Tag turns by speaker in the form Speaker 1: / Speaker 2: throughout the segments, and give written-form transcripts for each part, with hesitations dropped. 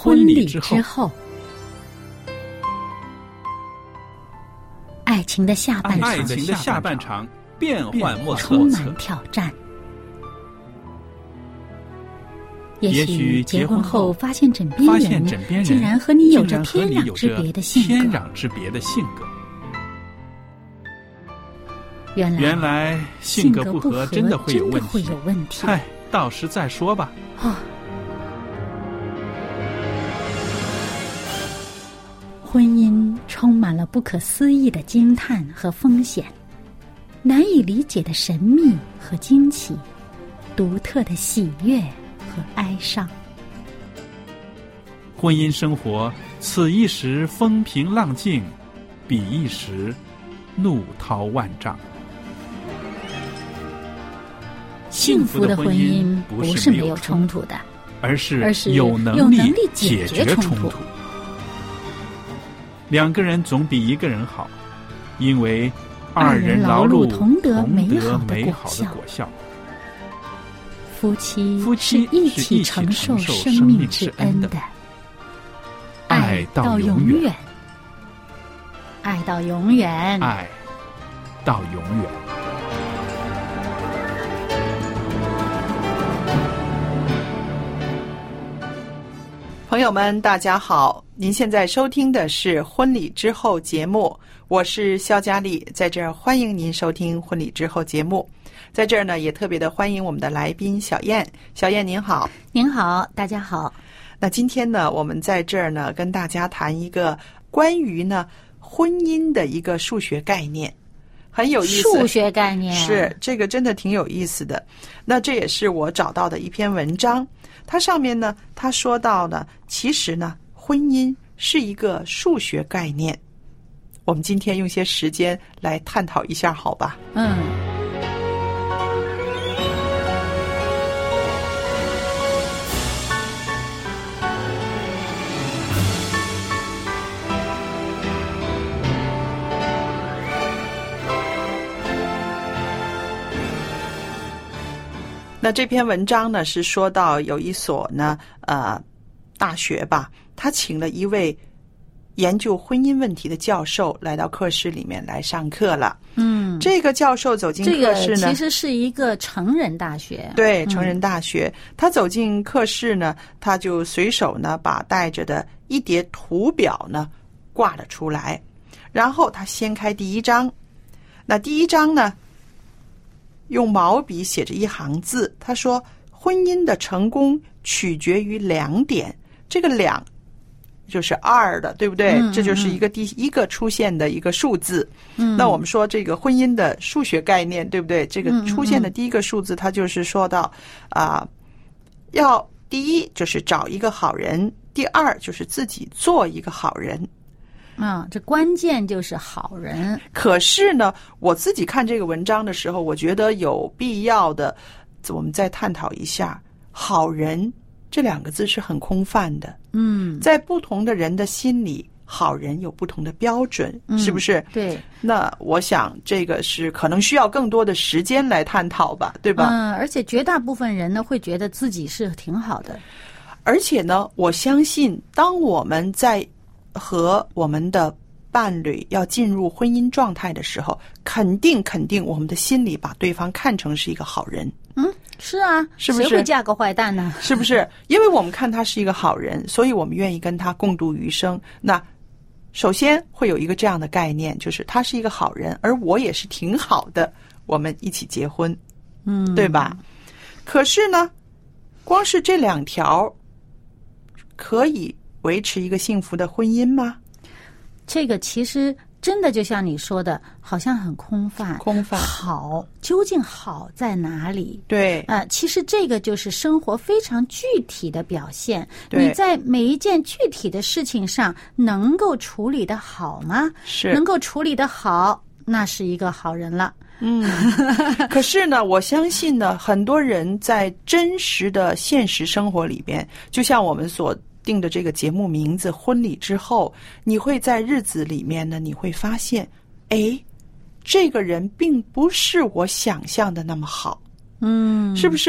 Speaker 1: 婚礼之后。爱情的下半场变幻莫测，
Speaker 2: 充满挑战。也许结婚后发现枕边人竟然和你有着天壤之别的性格。
Speaker 1: 原来性格不合真的会有
Speaker 2: 问题。
Speaker 1: 嗨，到时再说吧。
Speaker 2: 婚姻充满了不可思议的惊叹和风险，难以理解的神秘和惊奇，独特的喜悦和哀伤。
Speaker 1: 婚姻生活，此一时风平浪静，彼一时怒涛万丈。
Speaker 2: 幸福的婚姻不是没有冲突的，
Speaker 1: 而是有能力解决冲突。两个人总比一个人好，因为二人劳碌同得美好的果效。
Speaker 2: 夫妻是一起承受生命之恩的，
Speaker 1: 爱到永远，
Speaker 2: 爱到永远，
Speaker 1: 爱到永远。
Speaker 3: 朋友们大家好，您现在收听的是婚礼之后节目，我是肖佳丽，在这儿欢迎您收听婚礼之后节目。在这儿呢，也特别的欢迎我们的来宾小燕。小燕您好。
Speaker 2: 您好，大家好。
Speaker 3: 那今天呢，我们在这儿呢跟大家谈一个关于呢婚姻的一个数学概念，很有意思。
Speaker 2: 数学概念
Speaker 3: 是这个真的挺有意思的。那这也是我找到的一篇文章，它上面呢他说到呢，其实呢婚姻是一个数学概念。我们今天用些时间来探讨一下好吧。那这篇文章呢是说到有一所呢大学吧，他请了一位研究婚姻问题的教授来到课室里面来上课了。这个教授走进课室呢，
Speaker 2: 这个其实是一个成人大学。
Speaker 3: 对，成人大学。他走进课室呢，他就随手呢把带着的一叠图表呢挂了出来，然后他掀开第一章。那第一章呢用毛笔写着一行字，他说婚姻的成功取决于2点，这个2就是2的，对不对？这就是一个第一个出现的一个数字。那我们说这个婚姻的数学概念，对不对？这个出现的第一个数字，它就是说到要第一就是找一个好人，第二就是自己做一个好人。
Speaker 2: 这关键就是好人。
Speaker 3: 可是呢，我自己看这个文章的时候，我觉得有必要的，我们再探讨一下，好人这2个字是很空泛的。在不同的人的心里，好人有不同的标准，是不是？
Speaker 2: 对。
Speaker 3: 那我想这个是可能需要更多的时间来探讨吧，对吧？
Speaker 2: 而且绝大部分人呢会觉得自己是挺好的。
Speaker 3: 而且呢，我相信当我们在和我们的伴侣要进入婚姻状态的时候，肯定我们的心里把对方看成是一个好人。
Speaker 2: 是啊，
Speaker 3: 是不是？
Speaker 2: 谁会嫁个坏蛋呢？
Speaker 3: 是不是？因为我们看他是一个好人，所以我们愿意跟他共度余生。那首先会有一个这样的概念，就是他是一个好人，而我也是挺好的，我们一起结婚，对吧？可是呢，光是这2条可以维持一个幸福的婚姻吗？
Speaker 2: 这个其实真的就像你说的，好像很空泛。好，究竟好在哪里？
Speaker 3: 对，
Speaker 2: 其实这个就是生活非常具体的表现。你在每一件具体的事情上能够处理得好吗？
Speaker 3: 是，
Speaker 2: 能够处理得好，那是一个好人了。
Speaker 3: 可是呢，我相信呢，很多人在真实的现实生活里边，就像我们所定的这个节目名字婚礼之后，你会在日子里面呢，你会发现这个人并不是我想象的那么好。是不是？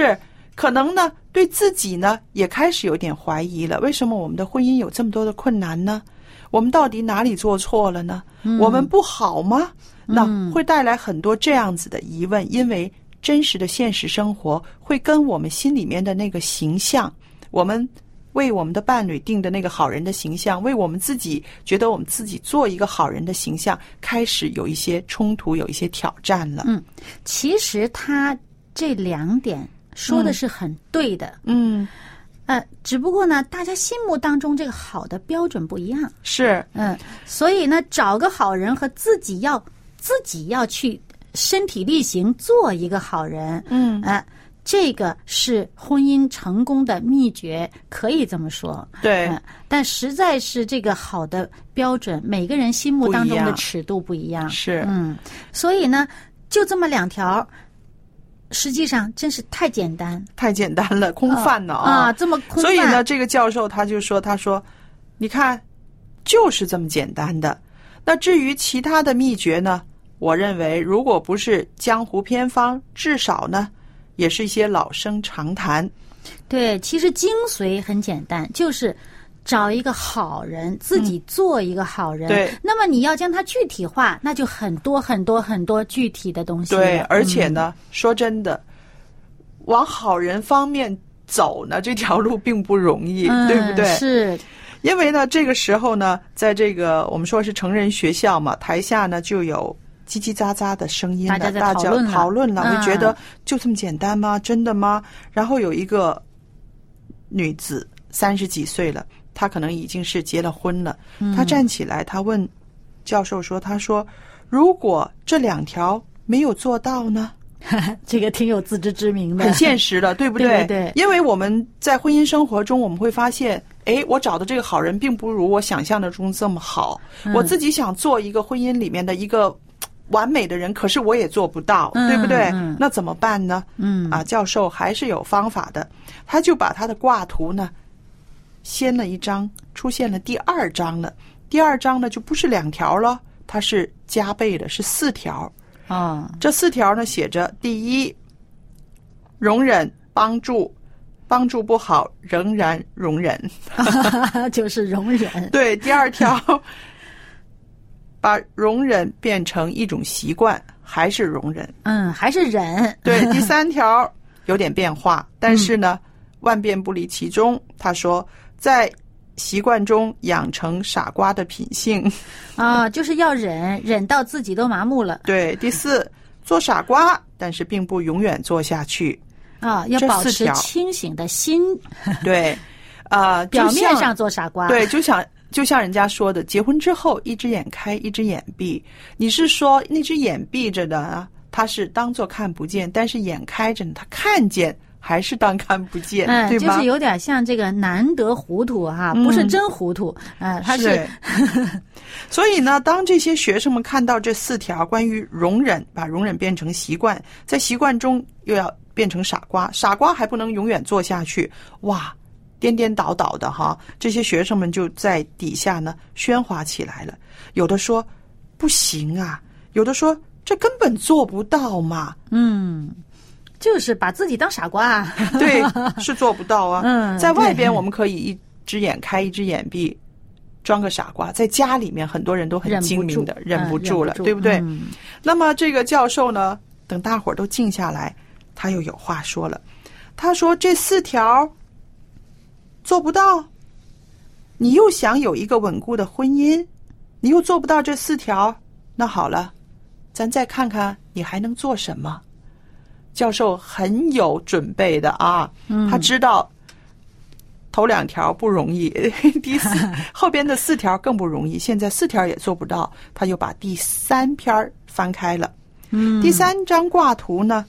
Speaker 3: 可能呢对自己呢也开始有点怀疑了，为什么我们的婚姻有这么多的困难呢？我们到底哪里做错了呢？我们不好吗？那会带来很多这样子的疑问，因为真实的现实生活会跟我们心里面的那个形象，我们为我们的伴侣定的那个好人的形象，为我们自己觉得我们自己做一个好人的形象，开始有一些冲突，有一些挑战了。
Speaker 2: 其实他这2点说的是很对的。只不过呢，大家心目当中这个好的标准不一样。
Speaker 3: 是，
Speaker 2: 所以呢，找个好人和自己要去身体力行做一个好人。这个是婚姻成功的秘诀，可以这么说。
Speaker 3: 对，
Speaker 2: 但实在是这个好的标准，每个人心目当中的尺度不一样。
Speaker 3: 是，
Speaker 2: 所以呢，就这么2条。实际上真是太简单
Speaker 3: 了，空泛了
Speaker 2: 这么空泛。
Speaker 3: 所以呢，这个教授他说，你看，就是这么简单的。那至于其他的秘诀呢，我认为如果不是江湖偏方，至少呢，也是一些老生常谈。
Speaker 2: 对，其实精髓很简单，就是找一个好人，自己做一个好人。
Speaker 3: 对，
Speaker 2: 那么你要将它具体化，那就很多很多很多具体的东西。
Speaker 3: 对，而且呢，说真的，往好人方面走呢，这条路并不容易，对不对？
Speaker 2: 是。
Speaker 3: 因为呢，这个时候呢，在这个我们说是成人学校嘛，台下呢就有叽叽喳喳的声音了，大家讨论了，会觉得就这么简单吗？真的吗？然后有一个女子30几岁了，她可能已经是结了婚了，她站起来，她问教授说：“她说，如果这2条没有做到呢？”
Speaker 2: 这个挺有自知之明的，
Speaker 3: 很现实的，对不对？
Speaker 2: 对，
Speaker 3: 因为我们在婚姻生活中，我们会发现，我找的这个好人并不如我想象的中这么好。我自己想做一个婚姻里面的一个完美的人，可是我也做不到，对不对？那怎么办呢？教授还是有方法的，他就把他的卦图呢掀了一张，出现了第2章了。第2章呢就不是2条了，它是加倍的，是4条。这4条呢写着：第一，容忍帮助不好仍然容忍，
Speaker 2: 就是容忍。
Speaker 3: 对，第2条，把容忍变成一种习惯，还是容忍，
Speaker 2: 还是忍。
Speaker 3: 对，第3条有点变化，但是呢，万变不离其宗。他说，在习惯中养成傻瓜的品性
Speaker 2: 就是要忍到自己都麻木了。
Speaker 3: 对，第4，做傻瓜，但是并不永远做下去
Speaker 2: 要保持清醒的心。
Speaker 3: 对，
Speaker 2: 表面上做傻瓜。
Speaker 3: 对，就像人家说的，结婚之后一只眼开一只眼闭。你是说那只眼闭着的，他是当作看不见，但是眼开着呢，他看见。还是当看不见，对吧？
Speaker 2: 就是有点像这个难得糊涂不是真糊涂，他是。
Speaker 3: 所以呢，当这些学生们看到这4条关于容忍，把容忍变成习惯，在习惯中又要变成傻瓜，傻瓜还不能永远做下去，哇，颠颠倒倒的这些学生们就在底下呢喧哗起来了。有的说不行啊，有的说这根本做不到嘛。
Speaker 2: 就是把自己当傻瓜
Speaker 3: 对，是做不到啊。在外边我们可以一只眼开一只眼闭，装个傻瓜。在家里面很多人都很精明的，忍不住了，对不对？那么这个教授呢，等大伙儿都静下来，他又有话说了。他说这4条做不到，你又想有一个稳固的婚姻，你又做不到这4条，那好了，咱再看看你还能做什么。教授很有准备的他知道头2条不容易，后边的4条更不容易，现在4条也做不到，他就把第3篇翻开了。第3张卦图呢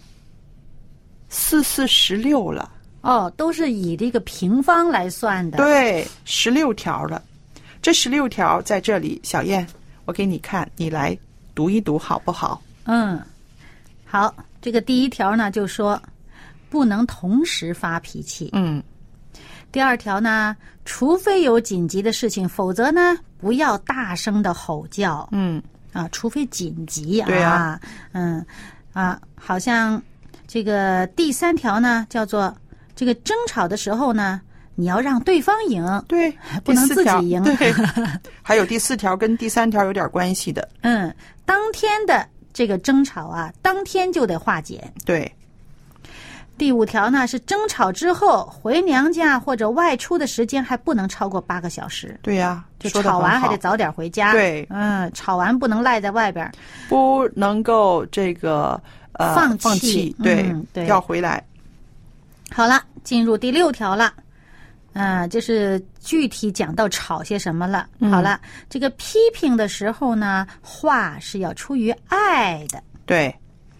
Speaker 3: ，4、4、16了。
Speaker 2: 都是以这个平方来算的。
Speaker 3: 对，16条了。这16条在这里，小燕，我给你看，你来读一读好不好？
Speaker 2: 好。这个第1条呢，就说不能同时发脾气。第2条呢，除非有紧急的事情，否则呢，不要大声的吼叫。除非紧急
Speaker 3: 对
Speaker 2: 好像这个第3条呢，叫做这个争吵的时候呢，你要让对方赢，
Speaker 3: 对，
Speaker 2: 不能自己赢。
Speaker 3: 对，还有第4条跟第3条有点关系的。
Speaker 2: 当天的这个争吵啊，当天就得化解。
Speaker 3: 对。
Speaker 2: 第5条呢是争吵之后回娘家或者外出的时间还不能超过8个小时。
Speaker 3: 对呀，
Speaker 2: 就吵完还得早点回家。
Speaker 3: 对，
Speaker 2: 吵完不能赖在外边，
Speaker 3: 不能够这个
Speaker 2: 放弃。
Speaker 3: 对，
Speaker 2: 对，
Speaker 3: 要回来。
Speaker 2: 好了，进入第6条了。就是具体讲到吵些什么了。好了，这个批评的时候呢，话是要出于爱的。
Speaker 3: 对。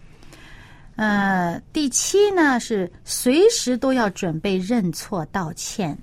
Speaker 2: 第7呢是随时都要准备认错道歉。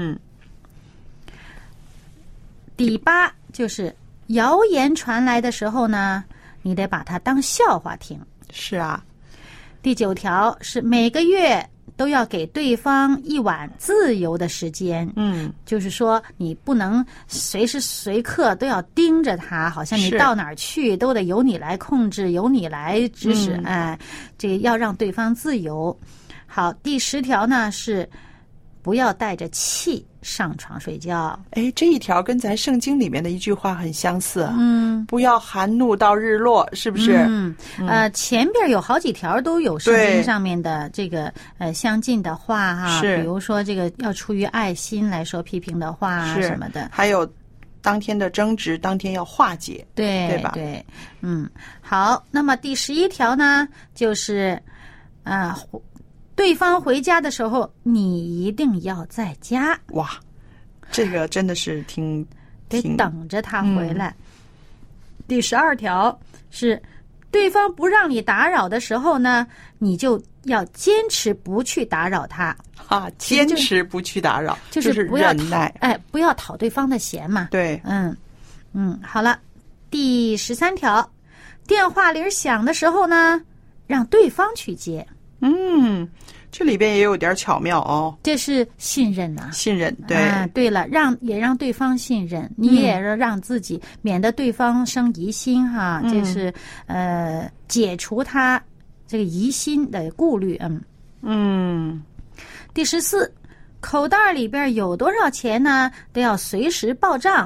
Speaker 2: 第8就是谣言传来的时候呢，你得把它当笑话听。
Speaker 3: 是啊。
Speaker 2: 第9条是每个月都要给对方一晚自由的时间。就是说你不能随时随刻都要盯着他，好像你到哪儿去都得由你来控制，由你来指使。这个要让对方自由。好，第10条呢是不要带着气上床睡觉。
Speaker 3: 这一条跟咱圣经里面的一句话很相似。不要含怒到日落，是不是？
Speaker 2: 前边有好几条都有圣经上面的这个相近的话哈，比如说这个要出于爱心来说批评的话啊什么的，
Speaker 3: 还有当天的争执当天要化解，对吧？
Speaker 2: 对，好，那么第11条呢就是对方回家的时候你一定要在家。
Speaker 3: 哇，这个真的是
Speaker 2: 得等着他回来。第12条是对方不让你打扰的时候呢，你就要坚持不去打扰他。
Speaker 3: 坚持不去打扰，就是忍耐。
Speaker 2: 不要讨对方的嫌嘛。
Speaker 3: 对。
Speaker 2: 好了，第13条，电话铃响的时候呢，让对方去接。
Speaker 3: 这里边也有点巧妙哦。
Speaker 2: 这是信任啊，
Speaker 3: 信任。对。
Speaker 2: 对了，也让对方信任，你也让自己，免得对方生疑心哈。这是解除他这个疑心的顾虑。第14，口袋里边有多少钱呢，都要随时报账。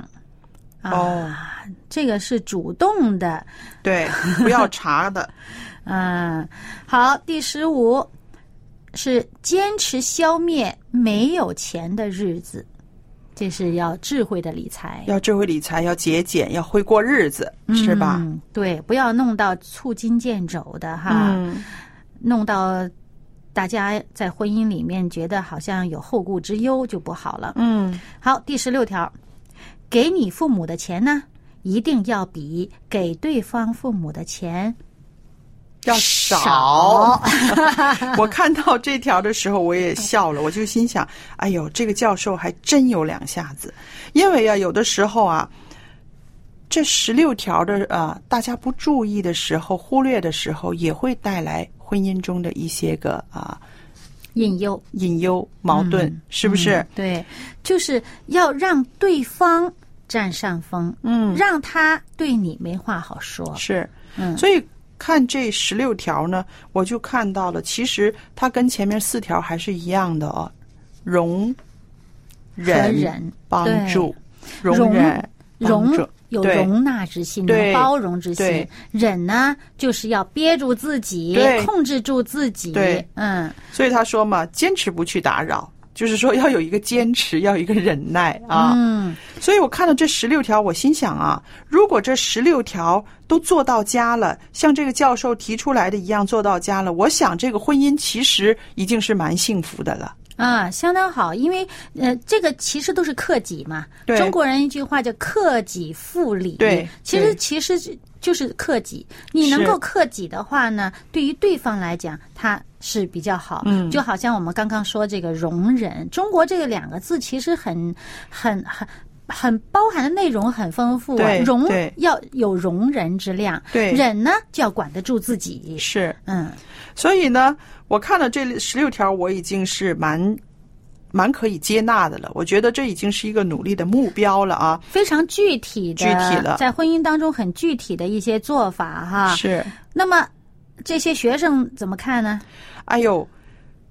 Speaker 2: 这个是主动的。
Speaker 3: 对，不要查的。
Speaker 2: 好，第15是坚持消灭没有钱的日子，这是要智慧的理财，
Speaker 3: 要智慧理财，要节俭，要会过日子，是吧？
Speaker 2: 对，不要弄到捉襟见肘的哈，弄到大家在婚姻里面觉得好像有后顾之忧就不好了。好，第16条，给你父母的钱呢，一定要比给对方父母的钱
Speaker 3: 要少。我看到这条的时候我也笑了，我就心想，哎呦，这个教授还真有两下子。因为有的时候这16条的大家不注意的时候，忽略的时候，也会带来婚姻中的一些个
Speaker 2: 隐忧
Speaker 3: 矛盾，是不是？
Speaker 2: 对，就是要让对方占上风，让他对你没话好说。
Speaker 3: 是，所以看这16条呢，我就看到了，其实它跟前面4条还是一样的容忍帮助，容忍帮助，
Speaker 2: 有容纳之心，包容之心。忍呢，就是要憋住自己，控制住自己。
Speaker 3: 对，所以他说嘛，坚持不去打扰，就是说要有一个坚持，要有一个忍耐所以我看到这16条，我心想如果这16条都做到家了，像这个教授提出来的一样做到家了，我想这个婚姻其实已经是蛮幸福的了。
Speaker 2: 相当好，因为这个其实都是克己嘛。
Speaker 3: 对，
Speaker 2: 中国人一句话叫克己复礼。
Speaker 3: 对，
Speaker 2: 其实就是克己。你能够克己的话呢，对于对方来讲，他是比较好。就好像我们刚刚说这个容忍，中国这个2个字其实很包含的内容很丰富容要有容人之量，忍呢就要管得住自己。
Speaker 3: 是，所以呢，我看了这16条，我已经是蛮可以接纳的了。我觉得这已经是一个努力的目标了
Speaker 2: 非常具体了，在婚姻当中很具体的一些做法
Speaker 3: 是。
Speaker 2: 那么这些学生怎么看呢？
Speaker 3: 哎呦，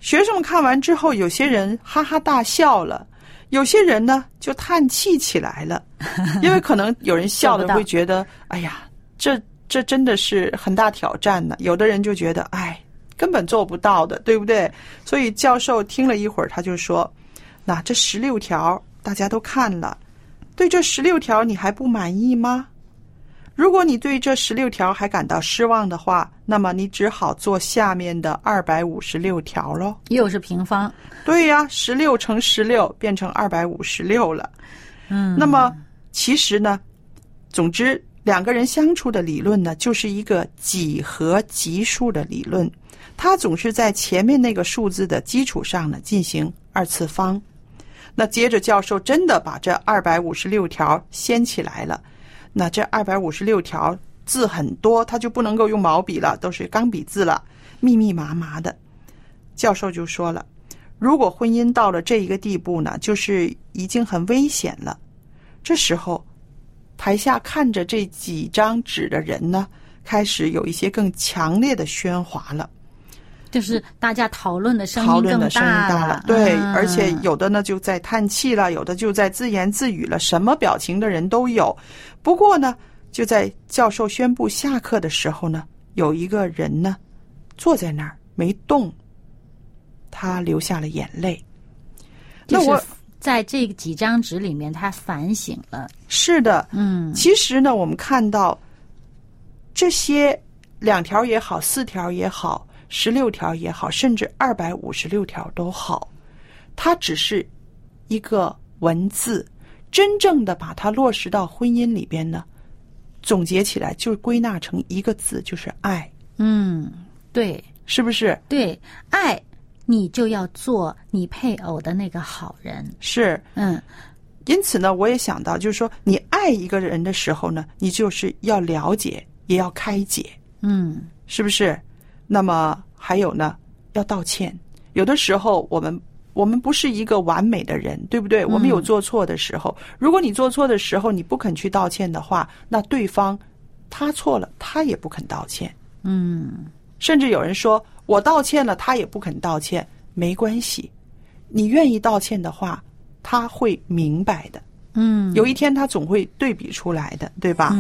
Speaker 3: 学生们看完之后，有些人哈哈大笑了，有些人呢就叹气起来了，因为可能有人笑了会觉得哎呀，这真的是很大挑战呢。有的人就觉得哎，根本做不到的，对不对？所以教授听了一会儿，他就说，那这16条大家都看了，对这16条你还不满意吗？如果你对这16条还感到失望的话，那么你只好做下面的256条咯。
Speaker 2: 又是平方。
Speaker 3: 对呀，16乘16变成256了。那么其实呢，总之两个人相处的理论呢，就是一个几何级数的理论，它总是在前面那个数字的基础上呢进行二次方。那接着教授真的把这256条掀起来了。那这256条字很多，他就不能够用毛笔了，都是钢笔字了，密密麻麻的。教授就说了，如果婚姻到了这一个地步呢，就是已经很危险了。这时候台下看着这几张纸的人呢，开始有一些更强烈的喧哗了，
Speaker 2: 就是大家讨论的声音更大了。
Speaker 3: 对，而且有的呢就在叹气了，有的就在自言自语了，什么表情的人都有。不过呢，就在教授宣布下课的时候呢，有一个人呢坐在那儿没动，他流下了眼泪。
Speaker 2: 那我在这几张纸里面他反省了。
Speaker 3: 是的，其实呢我们看到这些2条也好，4条也好，16条也好，甚至256条都好，它只是一个文字，真正的把它落实到婚姻里边呢，总结起来就归纳成一个字，就是爱。
Speaker 2: 对，
Speaker 3: 是不是？
Speaker 2: 对，爱你就要做你配偶的那个好人。
Speaker 3: 是，因此呢，我也想到，就是说，你爱一个人的时候呢，你就是要了解，也要开解，是不是？那么还有呢，要道歉。有的时候我们不是一个完美的人，对不对？我们有做错的时候。如果你做错的时候你不肯去道歉的话，那对方他错了，他也不肯道歉。甚至有人说我道歉了，他也不肯道歉，没关系，你愿意道歉的话，他会明白的。有一天他总会对比出来的，对吧？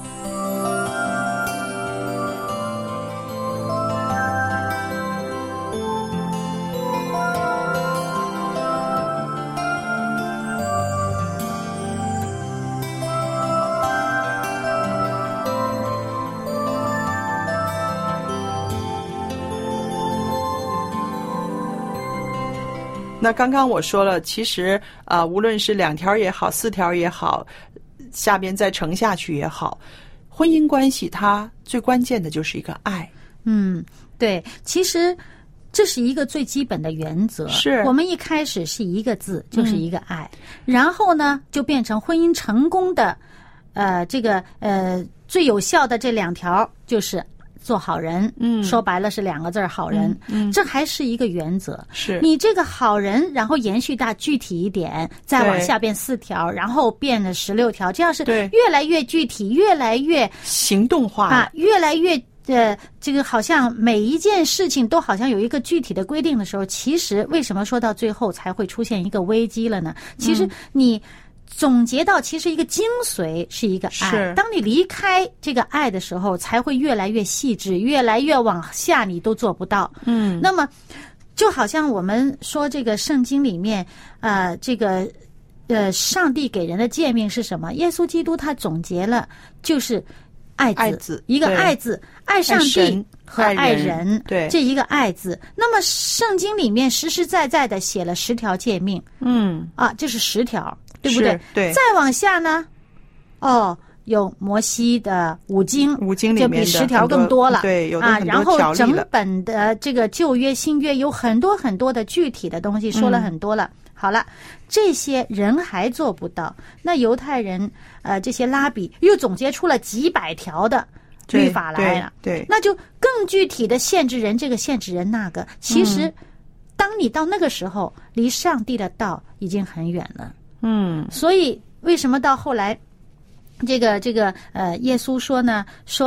Speaker 3: 那刚刚我说了，其实无论是2条也好，4条也好，下边再乘下去也好，婚姻关系它最关键的就是一个爱。
Speaker 2: 对，其实这是一个最基本的原则。
Speaker 3: 是
Speaker 2: 我们一开始是一个字，就是一个爱，然后呢就变成婚姻成功的最有效的这2条就是做好人。说白了是2个字，好人。这还是一个原则。
Speaker 3: 是
Speaker 2: 你这个好人，然后延续到具体一点，再往下变4条，然后变了16条，这样是越来越具体，越来越
Speaker 3: 行动化
Speaker 2: 越来越这个好像每一件事情都好像有一个具体的规定的时候，其实为什么说到最后才会出现一个危机了呢？其实你总结到其实一个精髓是一个爱，当你离开这个爱的时候，才会越来越细致，越来越往下你都做不到。那么就好像我们说这个圣经里面上帝给人的诫命是什么？耶稣基督他总结了就是爱字，一个爱字，爱上帝和爱人，
Speaker 3: 对，
Speaker 2: 这一个爱字。那么圣经里面实实在在的写了10条诫命，这是10条，对不对？
Speaker 3: 对。
Speaker 2: 再往下呢，有摩西的五经
Speaker 3: 里面
Speaker 2: 就比10条更多了，
Speaker 3: 对，有的很多
Speaker 2: 然后
Speaker 3: 条例了。
Speaker 2: 整本的这个旧约、新约有很多很多的具体的东西，说了很多了。好了，这些人还做不到，那犹太人这些拉比又总结出了几百条的律法来了，
Speaker 3: 对，
Speaker 2: 那就更具体的限制人这个，限制人那个。其实当你到那个时候，离上帝的道已经很远了。所以为什么到后来这个耶稣说呢？说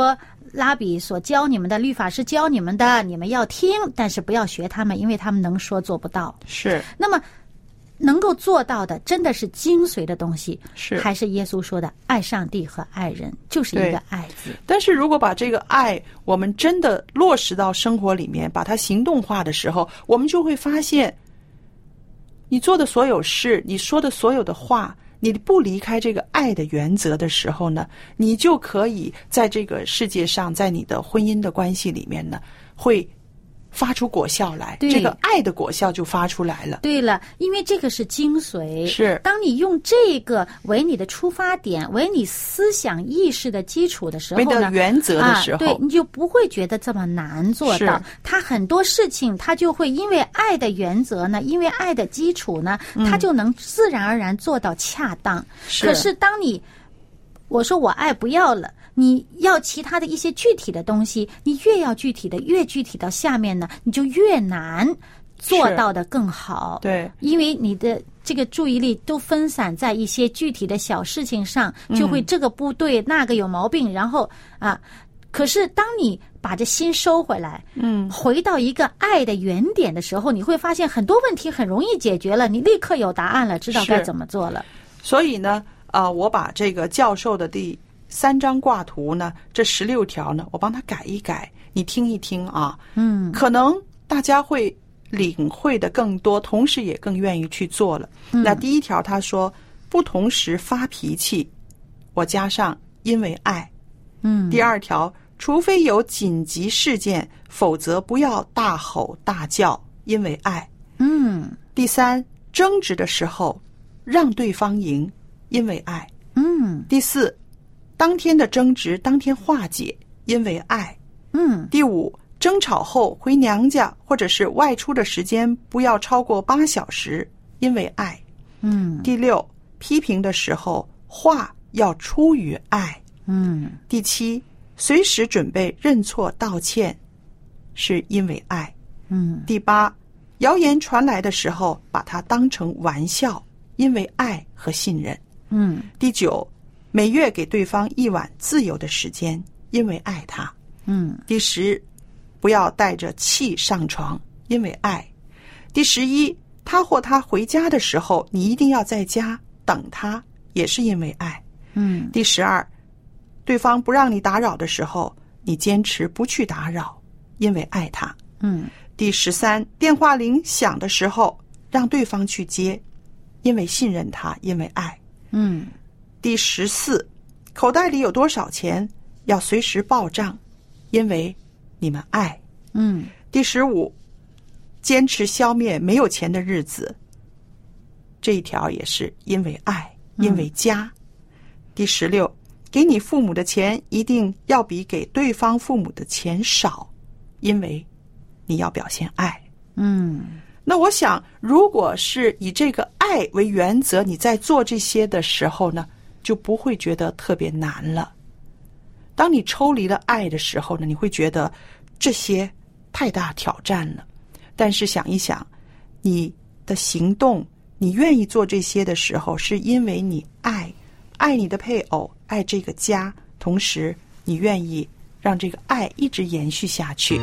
Speaker 2: 拉比所教你们的，律法师教你们的，你们要听，但是不要学他们，因为他们能说做不到。
Speaker 3: 是。
Speaker 2: 那么能够做到的真的是精髓的东西，
Speaker 3: 是
Speaker 2: 还是耶稣说的爱上帝和爱人，就是一个爱字。
Speaker 3: 但是如果把这个爱我们真的落实到生活里面，把它行动化的时候，我们就会发现你做的所有事，你说的所有的话，你不离开这个爱的原则的时候呢，你就可以在这个世界上，在你的婚姻的关系里面呢，会发出果效来，这个爱的果效就发出来了。
Speaker 2: 对了，因为这个是精髓。
Speaker 3: 是，
Speaker 2: 当你用这个为你的出发点，为你思想意识的基础的时候呢，
Speaker 3: 为的原则的时候，
Speaker 2: 对，你就不会觉得这么难做到。它很多事情，它就会因为爱的原则呢，因为爱的基础呢，它就能自然而然做到恰当。可是当我说我爱不要了，你要其他的一些具体的东西，你越要具体的，越具体到下面呢，你就越难做到的更好。
Speaker 3: 对，
Speaker 2: 因为你的这个注意力都分散在一些具体的小事情上，就会这个不对，那个有毛病，然后可是当你把这心收回来，回到一个爱的原点的时候，你会发现很多问题很容易解决了，你立刻有答案了，知道该怎么做了。
Speaker 3: 所以呢，我把这个教授的第3张挂图呢，这16条呢，我帮他改一改，你听一听啊。可能大家会领会的更多，同时也更愿意去做了。那第1条他说，不同时发脾气，我加上因为爱。第2条，除非有紧急事件，否则不要大吼大叫，因为爱。第3，争执的时候让对方赢，因为爱。第4，当天的争执当天化解，因为爱。第5，争吵后回娘家或者是外出的时间不要超过8小时，因为爱。第6，批评的时候话要出于爱。第7，随时准备认错道歉，是因为爱。第8，谣言传来的时候把它当成玩笑，因为爱和信任。第9，每月给对方1晚自由的时间，因为爱他。第10，不要带着气上床，因为爱。第11，他或她回家的时候，你一定要在家等他，也是因为爱。第12，对方不让你打扰的时候，你坚持不去打扰，因为爱他。第13，电话铃响的时候，让对方去接，因为信任他，因为爱。第14，口袋里有多少钱要随时报账，因为你们爱。第15，坚持消灭没有钱的日子，这一条也是因为爱，因为家。第16，给你父母的钱一定要比给对方父母的钱少，因为你要表现爱。那我想，如果是以这个爱为原则，你在做这些的时候呢，就不会觉得特别难了。当你抽离了爱的时候呢，你会觉得这些太大挑战了。但是想一想，你的行动，你愿意做这些的时候，是因为你爱你的配偶，爱这个家，同时你愿意让这个爱一直延续下去。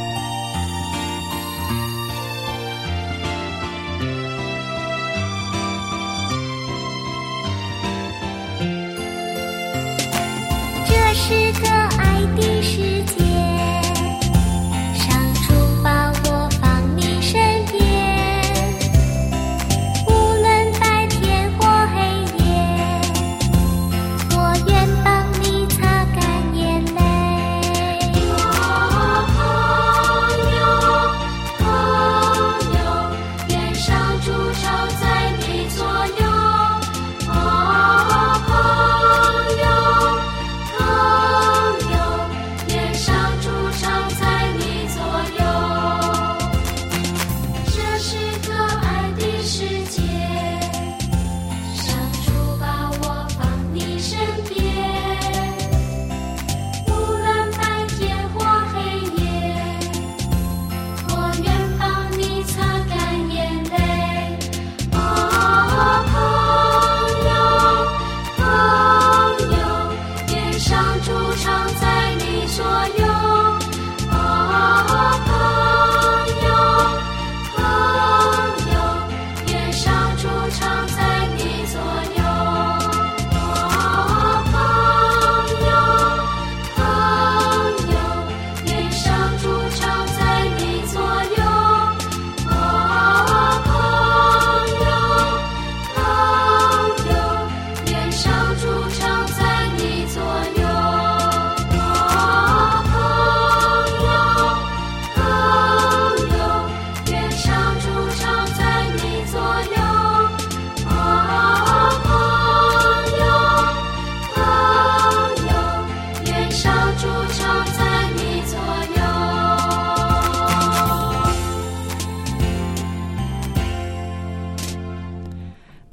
Speaker 4: 这是个爱的世界，上主把我放你身边，无论白天或黑夜，我愿帮你擦干眼泪。朋友，愿上主常在你左右。朋友，愿上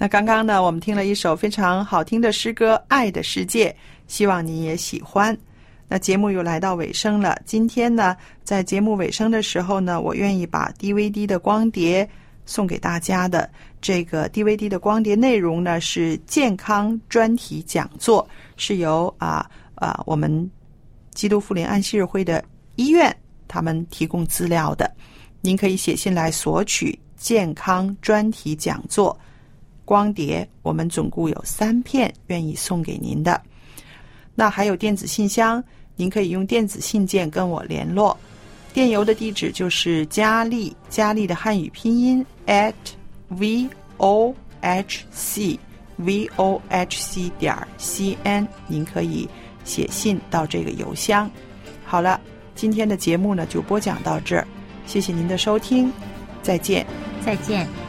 Speaker 3: 那刚刚呢，我们听了一首非常好听的诗歌《爱的世界》，希望你也喜欢。那节目又来到尾声了，今天呢，在节目尾声的时候呢，我愿意把 DVD 的光碟送给大家的。这个 DVD 的光碟内容呢是健康专题讲座，是由我们基督复临安息日会的医院他们提供资料的。您可以写信来索取健康专题讲座光碟，我们总共有3片愿意送给您的。那还有电子信箱，您可以用电子信件跟我联络，电邮的地址就是佳丽的汉语拼音 @vohc.cn， 您可以写信到这个邮箱。好了，今天的节目呢就播讲到这儿，谢谢您的收听，再见。
Speaker 2: 再见。